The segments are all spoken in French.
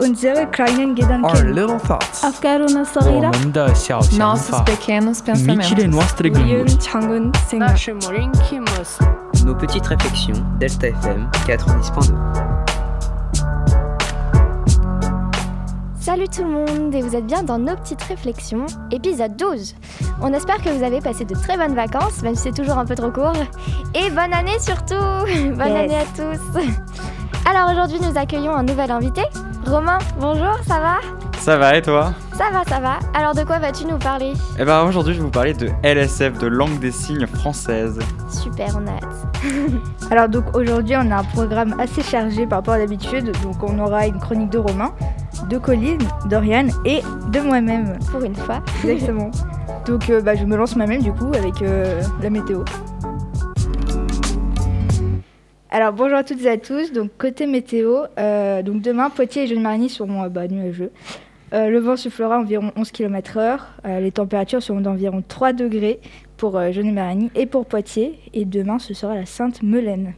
unsere kleinen Our Gedanken. little thoughts. أفكارنا الصغيرة. 我们的小想 Nossos 法 pequenos Mitile pensamentos. nostre 우리의 gânduri. 작은 생각. наши маленькие мысли. Nos petites réflexions, Delta FM 90.2. Salut tout le monde et vous êtes bien dans nos petites réflexions, épisode 12. On espère que vous avez passé de très bonnes vacances, même si c'est toujours un peu trop court. Et bonne année surtout. Bonne année à tous. Alors aujourd'hui nous accueillons un nouvel invité. Romain, bonjour, ça va ? Ça va et toi ? Ça va. Alors de quoi vas-tu nous parler ? Eh ben aujourd'hui je vais vous parler de LSF, de langue des signes française. Super, on a hâte. Alors donc aujourd'hui on a un programme assez chargé par rapport à d'habitude. Donc on aura une chronique de Romain, de Colline, d'Oriane et de moi-même. Pour une fois. Exactement. Donc je me lance moi-même du coup avec la météo. Alors bonjour à toutes et à tous, donc côté météo, donc demain Poitiers et Jeune-Marigny seront nuageux. Le vent soufflera environ 11 km/h, les températures seront d'environ 3 degrés pour Jeune-Marigny et pour Poitiers, et demain ce sera la Sainte-Melaine.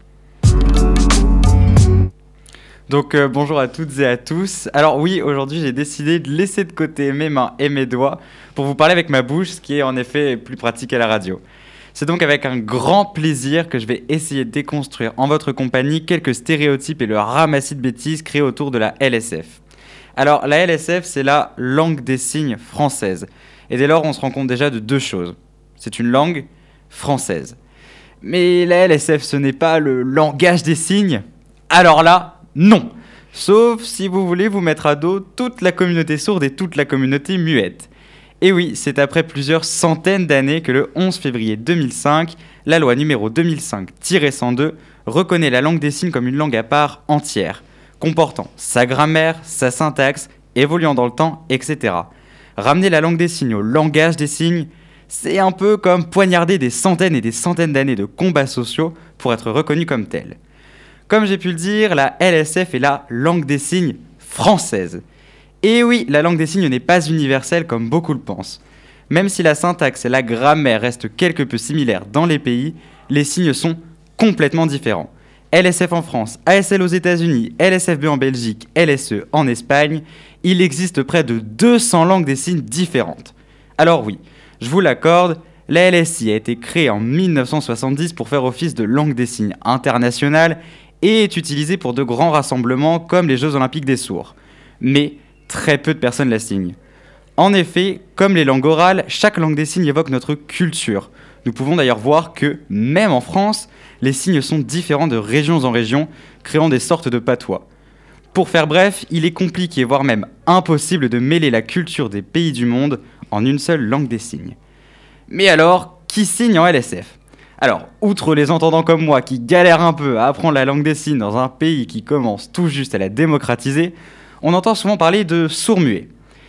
Donc bonjour à toutes et à tous. Alors oui, aujourd'hui j'ai décidé de laisser de côté mes mains et mes doigts pour vous parler avec ma bouche, ce qui est en effet plus pratique à la radio. C'est donc avec un grand plaisir que je vais essayer de déconstruire en votre compagnie quelques stéréotypes et le ramassis de bêtises créés autour de la LSF. Alors la LSF, c'est la langue des signes française. Et dès lors, on se rend compte déjà de deux choses. C'est une langue française. Mais la LSF, ce n'est pas le langage des signes. Alors là, non. Sauf si vous voulez vous mettre à dos toute la communauté sourde et toute la communauté muette. Et oui, c'est après plusieurs centaines d'années que le 11 février 2005, la loi numéro 2005-102 reconnaît la langue des signes comme une langue à part entière, comportant sa grammaire, sa syntaxe, évoluant dans le temps, etc. Ramener la langue des signes au langage des signes, c'est un peu comme poignarder des centaines et des centaines d'années de combats sociaux pour être reconnu comme tel. Comme j'ai pu le dire, la LSF est la langue des signes française. Et oui, la langue des signes n'est pas universelle comme beaucoup le pensent. Même si la syntaxe et la grammaire restent quelque peu similaires dans les pays, les signes sont complètement différents. LSF en France, ASL aux États-Unis, LSFB en Belgique, LSE en Espagne, il existe près de 200 langues des signes différentes. Alors oui, je vous l'accorde, la LSI a été créée en 1970 pour faire office de langue des signes internationale et est utilisée pour de grands rassemblements comme les Jeux Olympiques des sourds. Mais très peu de personnes la signent. En effet, comme les langues orales, chaque langue des signes évoque notre culture. Nous pouvons d'ailleurs voir que, même en France, les signes sont différents de région en région, créant des sortes de patois. Pour faire bref, il est compliqué, voire même impossible de mêler la culture des pays du monde en une seule langue des signes. Mais alors, qui signe en LSF ? Alors, outre les entendants comme moi qui galèrent un peu à apprendre la langue des signes dans un pays qui commence tout juste à la démocratiser, on entend souvent parler de sourds-muets.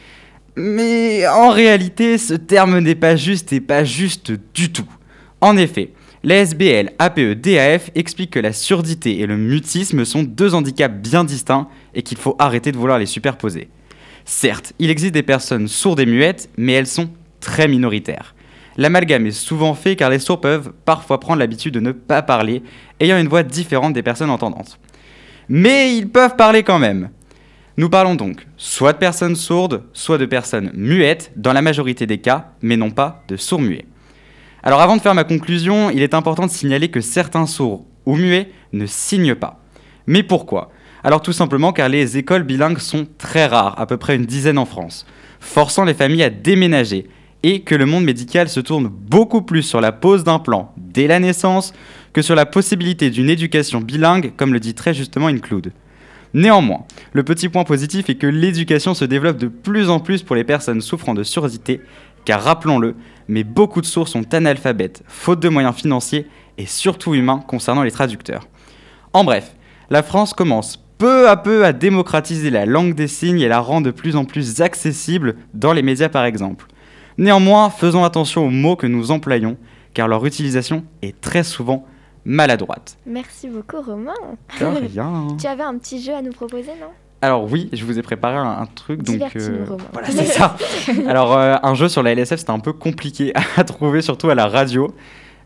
Mais en réalité, ce terme n'est pas juste et pas juste du tout. En effet, l'ASBL APE-DAF explique que la surdité et le mutisme sont deux handicaps bien distincts et qu'il faut arrêter de vouloir les superposer. Certes, il existe des personnes sourdes et muettes, mais elles sont très minoritaires. L'amalgame est souvent fait car les sourds peuvent parfois prendre l'habitude de ne pas parler, ayant une voix différente des personnes entendantes. Mais ils peuvent parler quand même. Nous parlons donc soit de personnes sourdes, soit de personnes muettes, dans la majorité des cas, mais non pas de sourds-muets. Alors avant de faire ma conclusion, il est important de signaler que certains sourds ou muets ne signent pas. Mais pourquoi ? Alors tout simplement car les écoles bilingues sont très rares, à peu près une dizaine en France, forçant les familles à déménager, et que le monde médical se tourne beaucoup plus sur la pose d'implants dès la naissance que sur la possibilité d'une éducation bilingue, comme le dit très justement Include. Néanmoins, le petit point positif est que l'éducation se développe de plus en plus pour les personnes souffrant de surdité, car rappelons-le, mais beaucoup de sourds sont analphabètes, faute de moyens financiers et surtout humains concernant les traducteurs. En bref, la France commence peu à peu à démocratiser la langue des signes et la rend de plus en plus accessible dans les médias par exemple. Néanmoins, faisons attention aux mots que nous employons, car leur utilisation est très souvent maladroite. Merci beaucoup Romain. De rien. Tu avais un petit jeu à nous proposer, non ? Alors oui, je vous ai préparé un truc, donc Divertis-nous, Romain. voilà, c'est ça. Alors un jeu sur la LSF, c'était un peu compliqué à trouver, surtout à la radio.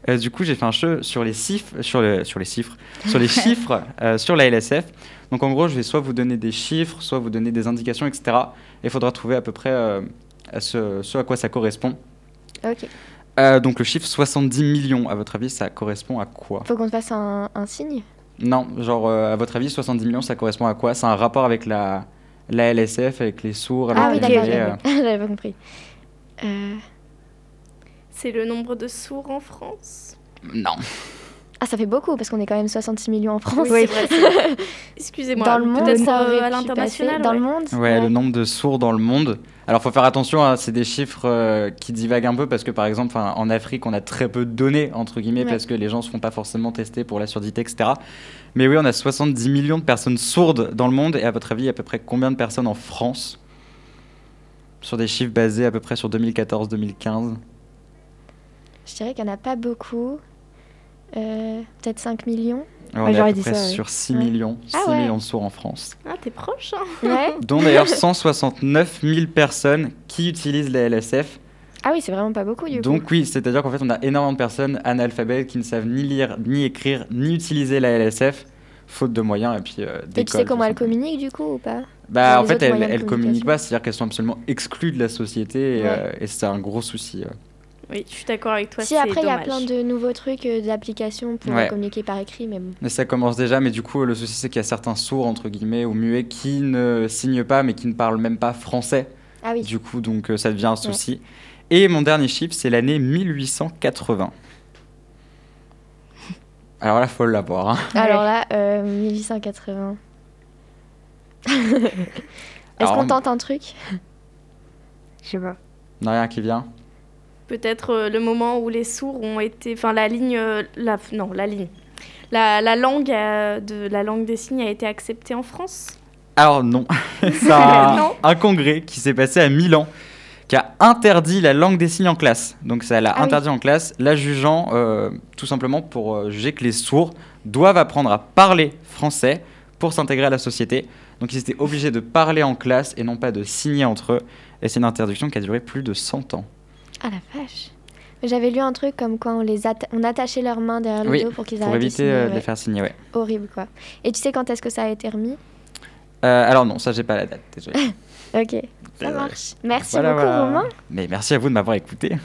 Du coup, j'ai fait un jeu sur les chiffres, sur les chiffres sur la LSF. Donc en gros, je vais soit vous donner des chiffres, soit vous donner des indications, etc. Et il faudra trouver à peu près ce à quoi ça correspond. Ok. Donc le chiffre 70 millions, à votre avis, ça correspond à quoi? Faut qu'on te fasse un signe. Non, genre à votre avis, 70 millions, ça correspond à quoi? C'est un rapport avec la LSF, avec les sourds, avec Ah oui, les d'accord, muets, j'avais pas compris. C'est le nombre de sourds en France? Non. Ah, ça fait beaucoup parce qu'on est quand même 66 millions en France. Oui, c'est vrai. Excusez-moi. Dans le monde, peut-être ça aurait à pu l'international. passer. Dans le monde. Ouais, le nombre de sourds dans le monde. Alors, faut faire attention, hein, c'est des chiffres qui divaguent un peu parce que, par exemple, en Afrique, on a très peu de données, entre guillemets, Ouais. parce que les gens ne se font pas forcément tester pour la surdité, etc. Mais oui, on a 70 millions de personnes sourdes dans le monde. Et à votre avis, à peu près combien de personnes en France? Sur des chiffres basés à peu près sur 2014-2015. Je dirais qu'il n'y en a pas beaucoup. Peut-être 5 millions. On Ouais, est à j'aurais peu dit près ça, oui. sur 6 Ouais. millions, 6 Ah ouais. millions de sourds en France. Ah, t'es proche, hein? Ouais. Dont d'ailleurs 169 000 personnes qui utilisent la LSF. Ah oui, c'est vraiment pas beaucoup du coup. Donc oui, c'est-à-dire qu'en fait, on a énormément de personnes analphabètes qui ne savent ni lire, ni écrire, ni utiliser la LSF, faute de moyens et puis d'école. Et tu sais comment tout elles simplement. communiquent du coup ou pas? Bah, en les fait, autres moyens de elles communiquent communication. pas, c'est-à-dire qu'elles sont absolument exclues de la société Ouais. et c'est un gros souci. Oui, je suis d'accord avec toi. Si c'est après il y a dommage. plein de nouveaux trucs, d'applications pour Ouais. communiquer par écrit, mais bon. Mais ça commence déjà, mais du coup, le souci, c'est qu'il y a certains sourds, entre guillemets, ou muets, qui ne signent pas, mais qui ne parlent même pas français. Ah oui. Du coup, donc ça devient un souci. Et mon dernier chiffre, c'est l'année 1880. Alors là, faut l'avoir. Hein. Alors là, 1880. Est-ce Alors, qu'on tente un truc? Je sais pas. Non, rien qui vient. Peut-être le moment où les sourds ont été... Enfin, la ligne... la ligne. La langue, la langue des signes a été acceptée en France? Alors non, c'est Non. un congrès qui s'est passé à Milan, qui a interdit la langue des signes en classe. Donc ça l'a Ah oui. interdit en classe, la jugeant tout simplement pour juger que les sourds doivent apprendre à parler français pour s'intégrer à la société. Donc ils étaient obligés de parler en classe et non pas de signer entre eux. Et c'est une interdiction qui a duré plus de 100 ans. Ah la vache. J'avais lu un truc comme quoi on attachait leurs mains derrière le Oui, dos pour qu'ils pour arrêtent de éviter signer, de ouais. les faire signer, ouais. Horrible quoi. Et tu sais quand est-ce que ça a été remis? Alors non, ça j'ai pas la date, désolé. Ok, ça Désolé. marche. Merci Voilà, beaucoup voilà. Romain. Mais merci à vous de m'avoir écouté.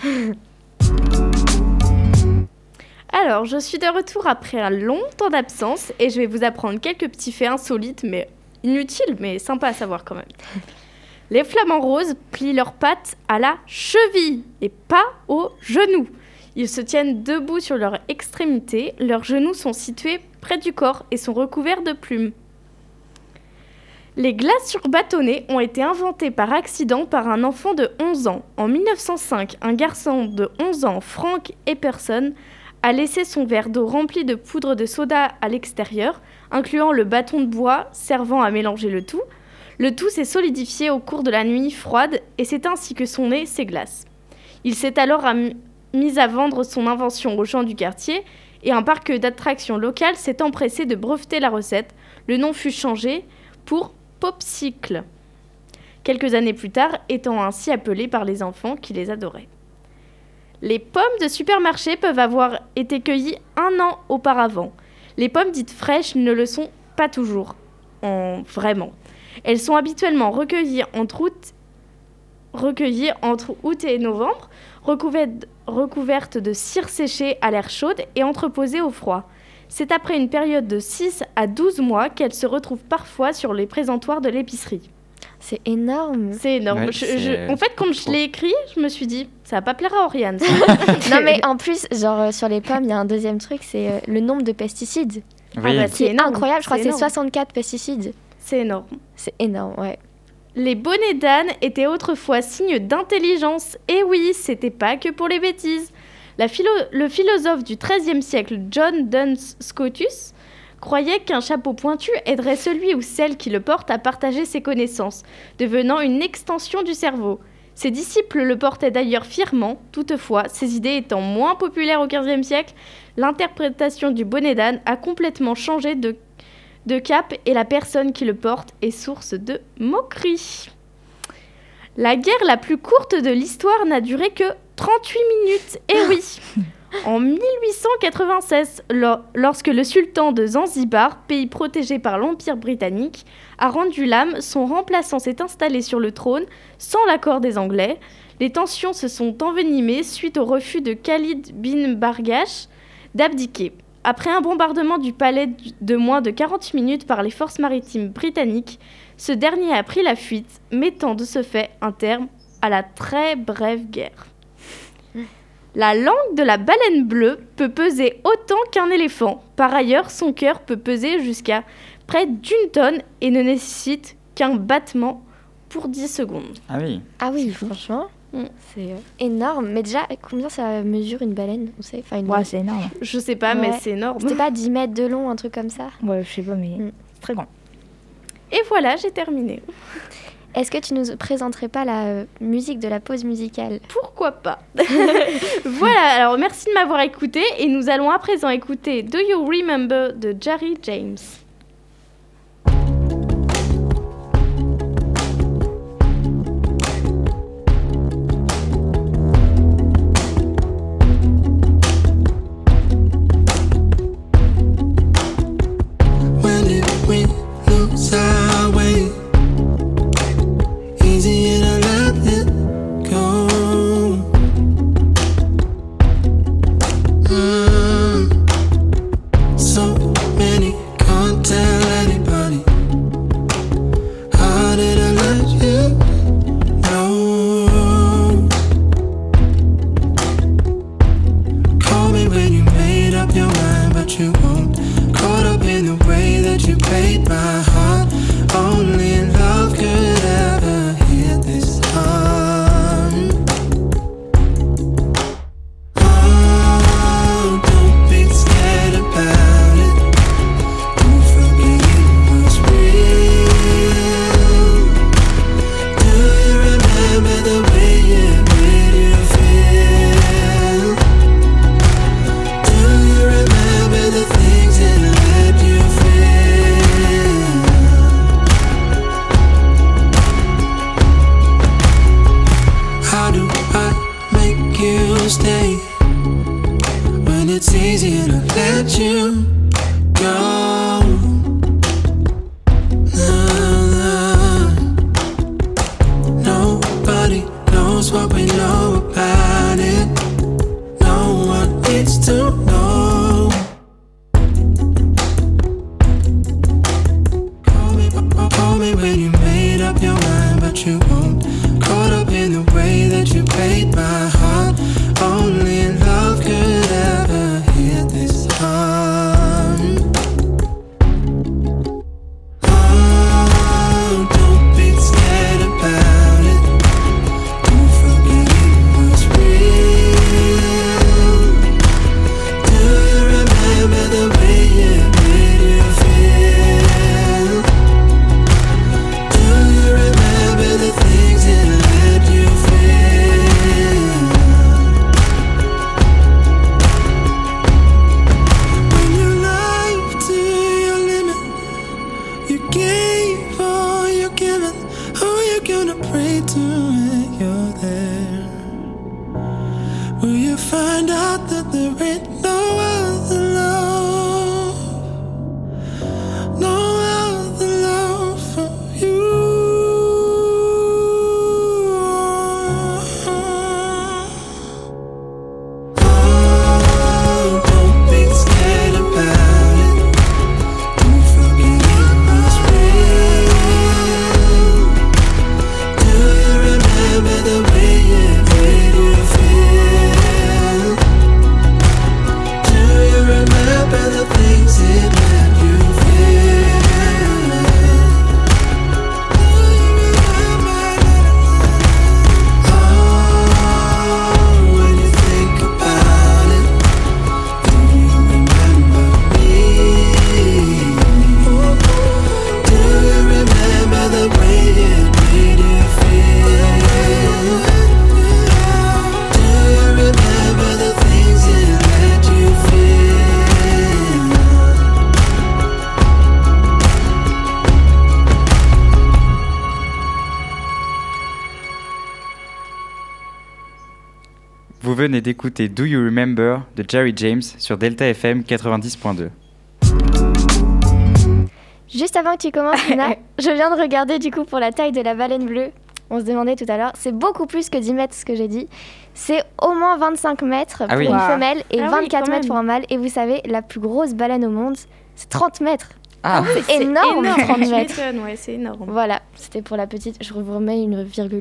Alors, je suis de retour après un long temps d'absence et je vais vous apprendre quelques petits faits insolites, mais inutiles, mais sympas à savoir quand même. Les flamants roses plient leurs pattes à la cheville et pas aux genoux. Ils se tiennent debout sur leurs extrémités, leurs genoux sont situés près du corps et sont recouverts de plumes. Les glaces sur bâtonnets ont été inventées par accident par un enfant de 11 ans. En 1905, un garçon de 11 ans, Frank Epperson, a laissé son verre d'eau rempli de poudre de soda à l'extérieur, incluant le bâton de bois servant à mélanger le tout. Le tout s'est solidifié au cours de la nuit froide et c'est ainsi que sont nées ces glaces. Il s'est alors mis à vendre son invention aux gens du quartier et un parc d'attractions local s'est empressé de breveter la recette. Le nom fut changé pour Popsicle, quelques années plus tard étant ainsi appelé par les enfants qui les adoraient. Les pommes de supermarché peuvent avoir été cueillies 1 an auparavant. Les pommes dites fraîches ne le sont pas toujours, vraiment. Elles sont habituellement recueillies entre août et novembre, recouvertes de cire séchée à l'air chaude et entreposées au froid. C'est après une période de 6 à 12 mois qu'elles se retrouvent parfois sur les présentoirs de l'épicerie. C'est énorme. C'est énorme. Ouais, c'est En fait, quand je trop. l'ai écrit, je me suis dit, ça va pas plaire à Oriane. Non mais en plus, genre sur les pommes, il y a un deuxième truc, c'est le nombre de pesticides. Oui, bah, C'est énorme. incroyable, je crois que c'est énorme. 64 pesticides. C'est énorme. C'est énorme, ouais. Les bonnets d'âne étaient autrefois signes d'intelligence. Et oui, c'était pas que pour les bêtises. Le philosophe du XIIIe siècle, John Duns Scotus, croyait qu'un chapeau pointu aiderait celui ou celle qui le porte à partager ses connaissances, devenant une extension du cerveau. Ses disciples le portaient d'ailleurs fièrement. Toutefois, ces idées étant moins populaires au XVe siècle, l'interprétation du bonnet d'âne a complètement changé de cap et la personne qui le porte est source de moquerie. La guerre la plus courte de l'histoire n'a duré que 38 minutes. Et oui, En 1896, lorsque le sultan de Zanzibar, pays protégé par l'Empire britannique, a rendu l'âme, son remplaçant s'est installé sur le trône sans l'accord des Anglais. Les tensions se sont envenimées suite au refus de Khalid bin Bargash d'abdiquer. Après un bombardement du palais de moins de 40 minutes par les forces maritimes britanniques, ce dernier a pris la fuite, mettant de ce fait un terme à la très brève guerre. La langue de la baleine bleue peut peser autant qu'un éléphant. Par ailleurs, son cœur peut peser jusqu'à près d'1 tonne et ne nécessite qu'un battement pour 10 secondes. Ah oui. Ah oui, franchement, C'est énorme. Mais déjà, combien ça mesure une baleine, on sait, enfin, ouais, c'est énorme. Je sais pas, mais Ouais. c'est énorme. C'était pas 10 mètres de long, un truc comme ça? Ouais, je sais pas, mais c'est très grand. Et voilà, j'ai terminé. Est-ce que tu nous présenterais pas la musique de la pause musicale? Pourquoi pas? Voilà, alors merci de m'avoir écouté et nous allons à présent écouter Do You Remember de Jerry James. When did we lose our way? Easy to let it go. So many, can't tell anybody. How did I let you know? Call me when you made up your mind, but you won't. Caught up in the way that you played my heart. Only love could ever hear this heart. Oh, don't be scared about it. Don't forget it was real. Do you remember the way it made you feel? Do you remember the things it let you feel? How do I make you stay when it's easier to let you go? Nobody knows what we know about it. No one needs to know. Call me when you made up your mind, but you won't. Caught up in the way that you played my heart. Only love could ever hear this heart. Oh, don't be scared about it. Don't forget it was real. Do you remember the way it made you feel? Do you remember the things it let you feel? When you live to your limit, you gave all you're given. Who you gonna pray to when you're there? Will you find out that there ain't no other love? No other love for you. Oh, don't be scared about it. Don't forget it was real. Do you remember the way it made you feel? Do you remember the things it let you feel? Do you remember? Oh, when you think about it, do you remember me? Do you remember the way it made you feel? Do you remember the things it let you feel? venez d'écouter Do You Remember de Jerry James sur Delta FM 90.2. Juste avant que tu commences, Lina, je viens de regarder du coup pour la taille de la baleine bleue. On se demandait tout à l'heure, c'est beaucoup plus que 10 mètres ce que j'ai dit. C'est au moins 25 mètres pour une femelle et 24 mètres pour un mâle. Et vous savez, la plus grosse baleine au monde, c'est 30 mètres. Ah, c'est énorme, 30 Je mètres. m'étonne, ouais, c'est énorme. Voilà, c'était pour la petite. Je vous remets une virgule.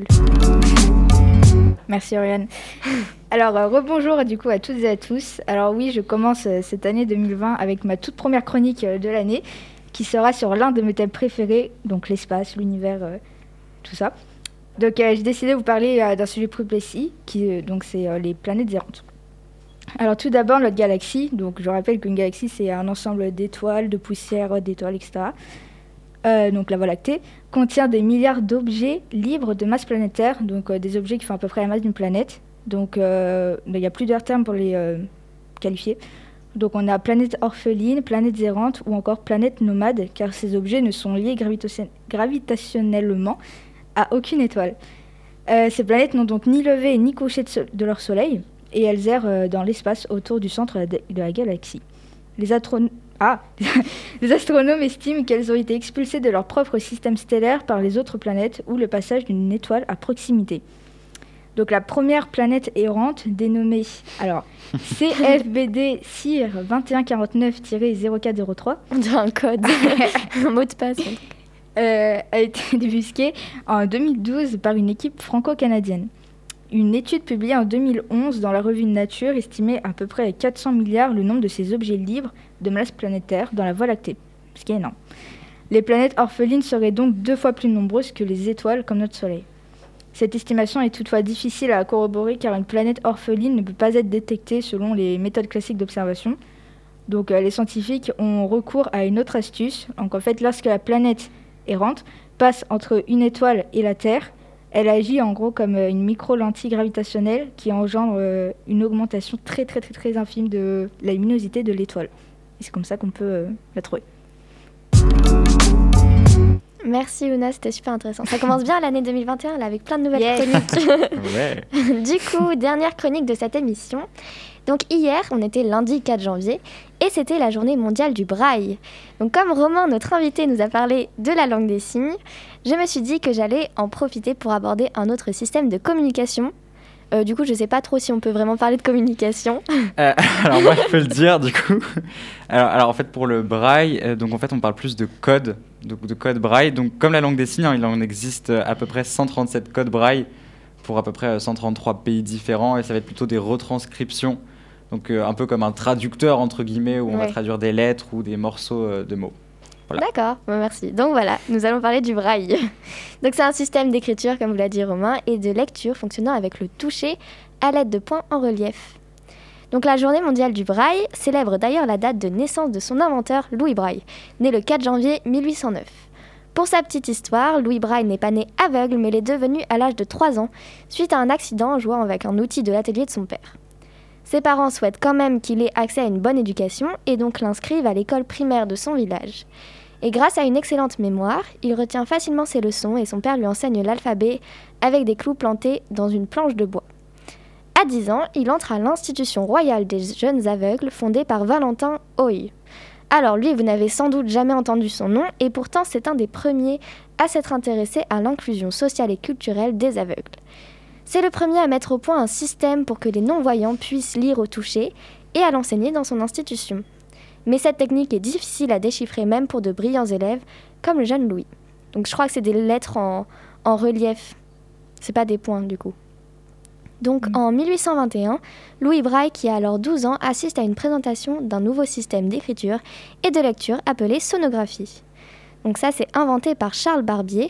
Merci Oriane. Alors, rebonjour du coup à toutes et à tous. Alors oui, je commence cette année 2020 avec ma toute première chronique de l'année, qui sera sur l'un de mes thèmes préférés, donc l'espace, l'univers, tout ça. Donc j'ai décidé de vous parler d'un sujet plus précis, qui donc c'est les planètes errantes. Alors tout d'abord, notre galaxie. Donc je rappelle qu'une galaxie, c'est un ensemble d'étoiles, de poussières, d'étoiles, etc. Donc la Voie lactée contient des milliards d'objets libres de masse planétaire, donc des objets qui font à peu près la masse d'une planète. Donc il y a plusieurs termes pour les qualifier. Donc on a planète orpheline, planètes errantes ou encore planète nomade, car ces objets ne sont liés gravitationnellement à aucune étoile. Ces planètes n'ont donc ni levé ni couché de leur soleil, et elles errent dans l'espace autour du centre de la galaxie. Les astronomes estiment qu'elles ont été expulsées de leur propre système stellaire par les autres planètes ou le passage d'une étoile à proximité. Donc la première planète errante, dénommée CFBD CIR 2149-0403, On dirait un code, un mot de passe. a été débusquée en 2012 par une équipe franco-canadienne. Une étude publiée en 2011 dans la revue Nature estimait à peu près à 400 milliards le nombre de ces objets libres de masse planétaire dans la Voie lactée, ce qui est énorme. Les planètes orphelines seraient donc 2 fois plus nombreuses que les étoiles comme notre Soleil. Cette estimation est toutefois difficile à corroborer car une planète orpheline ne peut pas être détectée selon les méthodes classiques d'observation. Donc les scientifiques ont recours à une autre astuce. Donc en fait, lorsque la planète errante passe entre une étoile et la Terre, elle agit en gros comme une micro-lentille gravitationnelle qui engendre une augmentation très infime de la luminosité de l'étoile. Et c'est comme ça qu'on peut la trouver. Merci Ouna, c'était super intéressant. Ça commence bien l'année 2021 là, avec plein de nouvelles chroniques. Ouais. Du coup, dernière chronique de cette émission. Donc hier, on était lundi 4 janvier et c'était la journée mondiale du braille. Donc comme Romain, notre invité, nous a parlé de la langue des signes, je me suis dit que j'allais en profiter pour aborder un autre système de communication. Du coup, je sais pas trop si on peut vraiment parler de communication. Alors moi je peux le dire du coup. Alors en fait pour le braille, donc en fait on parle plus de code, donc de code braille. Donc comme la langue des signes, il en existe à peu près 137 codes braille pour à peu près 133 pays différents et ça va être plutôt des retranscriptions. Donc un peu comme un traducteur entre guillemets où on va traduire des lettres ou des morceaux de mots. Voilà. D'accord, bon, merci. Donc voilà, nous allons parler du braille. Donc c'est un système d'écriture, comme vous l'a dit Romain, et de lecture fonctionnant avec le toucher à l'aide de points en relief. Donc la journée mondiale du braille célèbre d'ailleurs la date de naissance de son inventeur, Louis Braille, né le 4 janvier 1809. Pour sa petite histoire, Louis Braille n'est pas né aveugle, mais l'est devenu à l'âge de 3 ans, suite à un accident en jouant avec un outil de l'atelier de son père. Ses parents souhaitent quand même qu'il ait accès à une bonne éducation et donc l'inscrivent à l'école primaire de son village. Et grâce à une excellente mémoire, il retient facilement ses leçons et son père lui enseigne l'alphabet avec des clous plantés dans une planche de bois. À 10 ans, il entre à l'Institution royale des jeunes aveugles fondée par Valentin Hoy. Alors lui, vous n'avez sans doute jamais entendu son nom et pourtant c'est un des premiers à s'être intéressé à l'inclusion sociale et culturelle des aveugles. C'est le premier à mettre au point un système pour que les non-voyants puissent lire au toucher et à l'enseigner dans son institution. Mais cette technique est difficile à déchiffrer même pour de brillants élèves comme le jeune Louis. Donc je crois que c'est des lettres en relief, c'est pas des points du coup. Donc en 1821, Louis Braille, qui a alors 12 ans, assiste à une présentation d'un nouveau système d'écriture et de lecture appelé sonographie. Donc ça c'est inventé par Charles Barbier.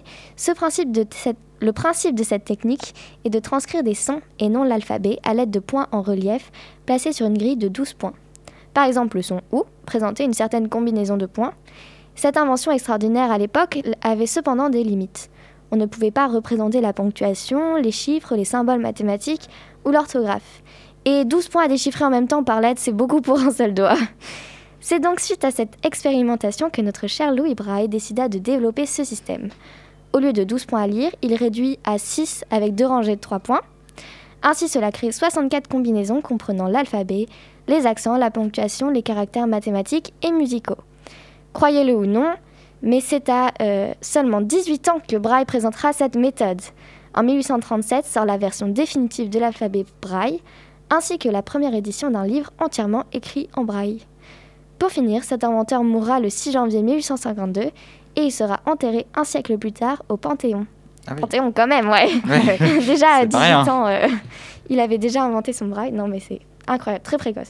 Le principe de cette technique est de transcrire des sons et non l'alphabet à l'aide de points en relief placés sur une grille de 12 points. Par exemple, le son OU présentait une certaine combinaison de points. Cette invention extraordinaire à l'époque avait cependant des limites. On ne pouvait pas représenter la ponctuation, les chiffres, les symboles mathématiques ou l'orthographe. Et 12 points à déchiffrer en même temps par lettre, c'est beaucoup pour un seul doigt. C'est donc suite à cette expérimentation que notre cher Louis Braille décida de développer ce système. Au lieu de 12 points à lire, il réduit à 6 avec 2 rangées de 3 points. Ainsi, cela crée 64 combinaisons comprenant l'alphabet, les accents, la ponctuation, les caractères mathématiques et musicaux. Croyez-le ou non, mais c'est à seulement 18 ans que Braille présentera cette méthode. En 1837 sort la version définitive de l'alphabet Braille, ainsi que la première édition d'un livre entièrement écrit en Braille. Pour finir, cet inventeur mourra le 6 janvier 1852 et il sera enterré un siècle plus tard au Panthéon. Ah oui. Panthéon quand même, ouais. Déjà à 18 ans, il avait déjà inventé son Braille. Non mais c'est incroyable, très précoce.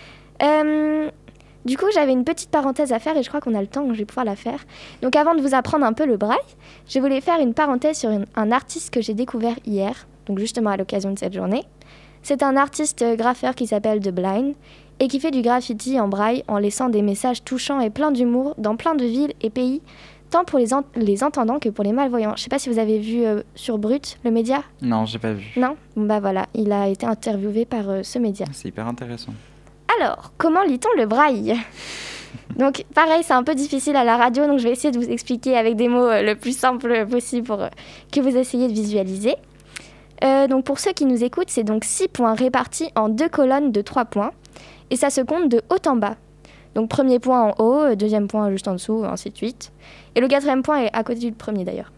Du coup, j'avais une petite parenthèse à faire et je crois qu'on a le temps, donc je vais pouvoir la faire. Donc avant de vous apprendre un peu le Braille, je voulais faire une parenthèse sur un artiste que j'ai découvert hier, donc justement à l'occasion de cette journée. C'est un artiste graffeur qui s'appelle The Blind et qui fait du graffiti en Braille en laissant des messages touchants et pleins d'humour dans plein de villes et pays, tant pour les entendants que pour les malvoyants. Je ne sais pas si vous avez vu sur Brut, le média. Non, j'ai pas vu. Non ? Bon, bah voilà, il a été interviewé par ce média. C'est hyper intéressant. Alors, comment lit-on le Braille ? Donc, pareil, c'est un peu difficile à la radio, donc je vais essayer de vous expliquer avec des mots le plus simple possible pour que vous essayiez de visualiser. Donc, pour ceux qui nous écoutent, c'est donc 6 points répartis en 2 colonnes de 3 points, et ça se compte de haut en bas. Donc, premier point en haut, deuxième point juste en dessous, ainsi de suite. Et le 4e point est à côté du premier, d'ailleurs.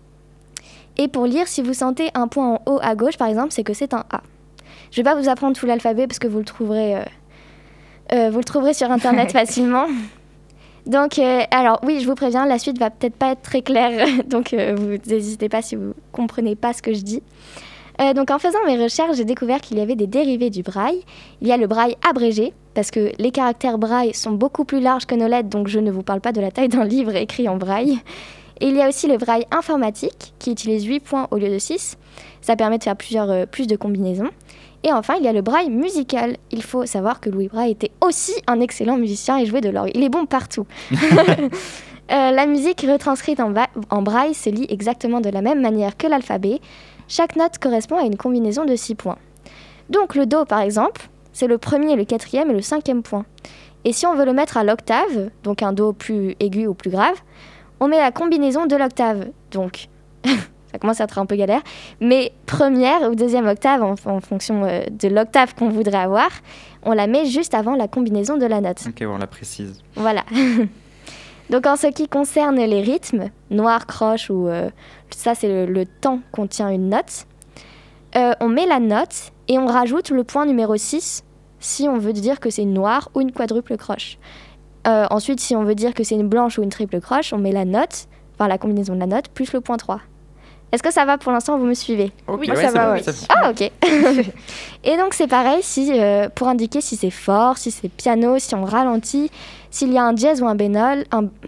Et pour lire, si vous sentez un point en haut à gauche, par exemple, c'est que c'est un A. Je ne vais pas vous apprendre tout l'alphabet, parce que vous le trouverez sur Internet facilement. Donc, alors oui, je vous préviens, la suite va peut-être pas être très claire, donc vous n'hésitez pas si vous comprenez pas ce que je dis. Donc, en faisant mes recherches, j'ai découvert qu'il y avait des dérivés du Braille. Il y a le Braille abrégé, parce que les caractères Braille sont beaucoup plus larges que nos lettres, donc je ne vous parle pas de la taille d'un livre écrit en Braille. Et il y a aussi le Braille informatique, qui utilise 8 points au lieu de 6. Ça permet de faire plus de combinaisons. Et enfin, il y a le Braille musical. Il faut savoir que Louis Braille était aussi un excellent musicien et jouait de l'orgue. Il est bon partout. La musique retranscrite en Braille se lit exactement de la même manière que l'alphabet. Chaque note correspond à une combinaison de 6 points. Donc le Do, par exemple, c'est le premier, le 4e et le 5e point. Et si on veut le mettre à l'octave, donc un Do plus aigu ou plus grave, on met la combinaison de l'octave. Donc... ça commence à être un peu galère, mais première ou deuxième octave, en fonction de l'octave qu'on voudrait avoir, on la met juste avant la combinaison de la note. Ok, on la précise. Voilà. Donc en ce qui concerne les rythmes, noir, croche, ou ça c'est le temps qu'on tient une note, on met la note et on rajoute le point numéro 6 si on veut dire que c'est une noire ou une quadruple croche. Ensuite, si on veut dire que c'est une blanche ou une triple croche, on met la note, enfin la combinaison de la note, plus le point 3. Est-ce que ça va pour l'instant, vous me suivez ? Ok, Oui, ça va, ouais. Ah, ok. Et donc, c'est pareil pour indiquer si c'est fort, si c'est piano, si on ralentit, s'il y a un dièse ou un bémol,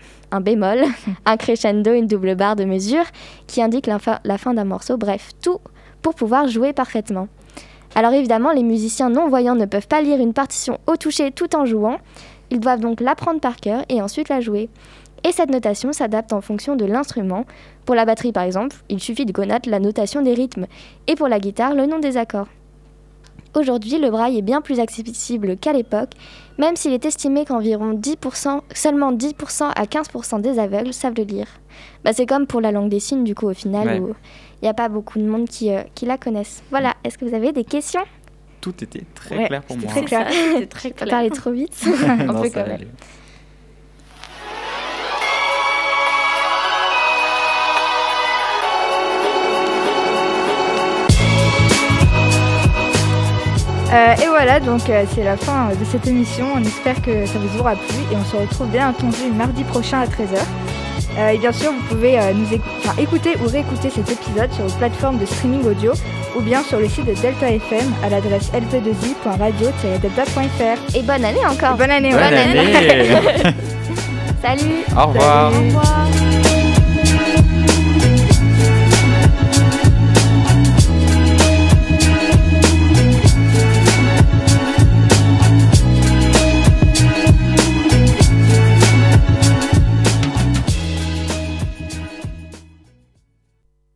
un crescendo, une double barre de mesure qui indique la fin d'un morceau. Bref, tout pour pouvoir jouer parfaitement. Alors évidemment, les musiciens non-voyants ne peuvent pas lire une partition au toucher tout en jouant. Ils doivent donc l'apprendre par cœur et ensuite la jouer. Et cette notation s'adapte en fonction de l'instrument. Pour la batterie, par exemple, il suffit de connaître la notation des rythmes. Et pour la guitare, le nom des accords. Aujourd'hui, le Braille est bien plus accessible qu'à l'époque, même s'il est estimé qu'environ seulement 10% à 15% des aveugles savent le lire. C'est comme pour la langue des signes, du coup, au final, ouais. Où il n'y a pas beaucoup de monde qui la connaissent. Voilà, est-ce que vous avez des questions ? Tout était très clair pour moi. Très clair. C'était très Pas clair. parler trop vite. Non, Un peu ça quand même. allait. Et voilà, donc c'est la fin de cette émission. On espère que ça vous aura plu et on se retrouve bien entendu mardi prochain à 13h. Et bien sûr, vous pouvez écouter ou réécouter cet épisode sur vos plateformes de streaming audio ou bien sur le site de Delta FM à l'adresse lp2i.radio-delta.fr. Et bonne année encore. Bonne année. Bonne ouais. année. Salut. Au revoir. Au revoir.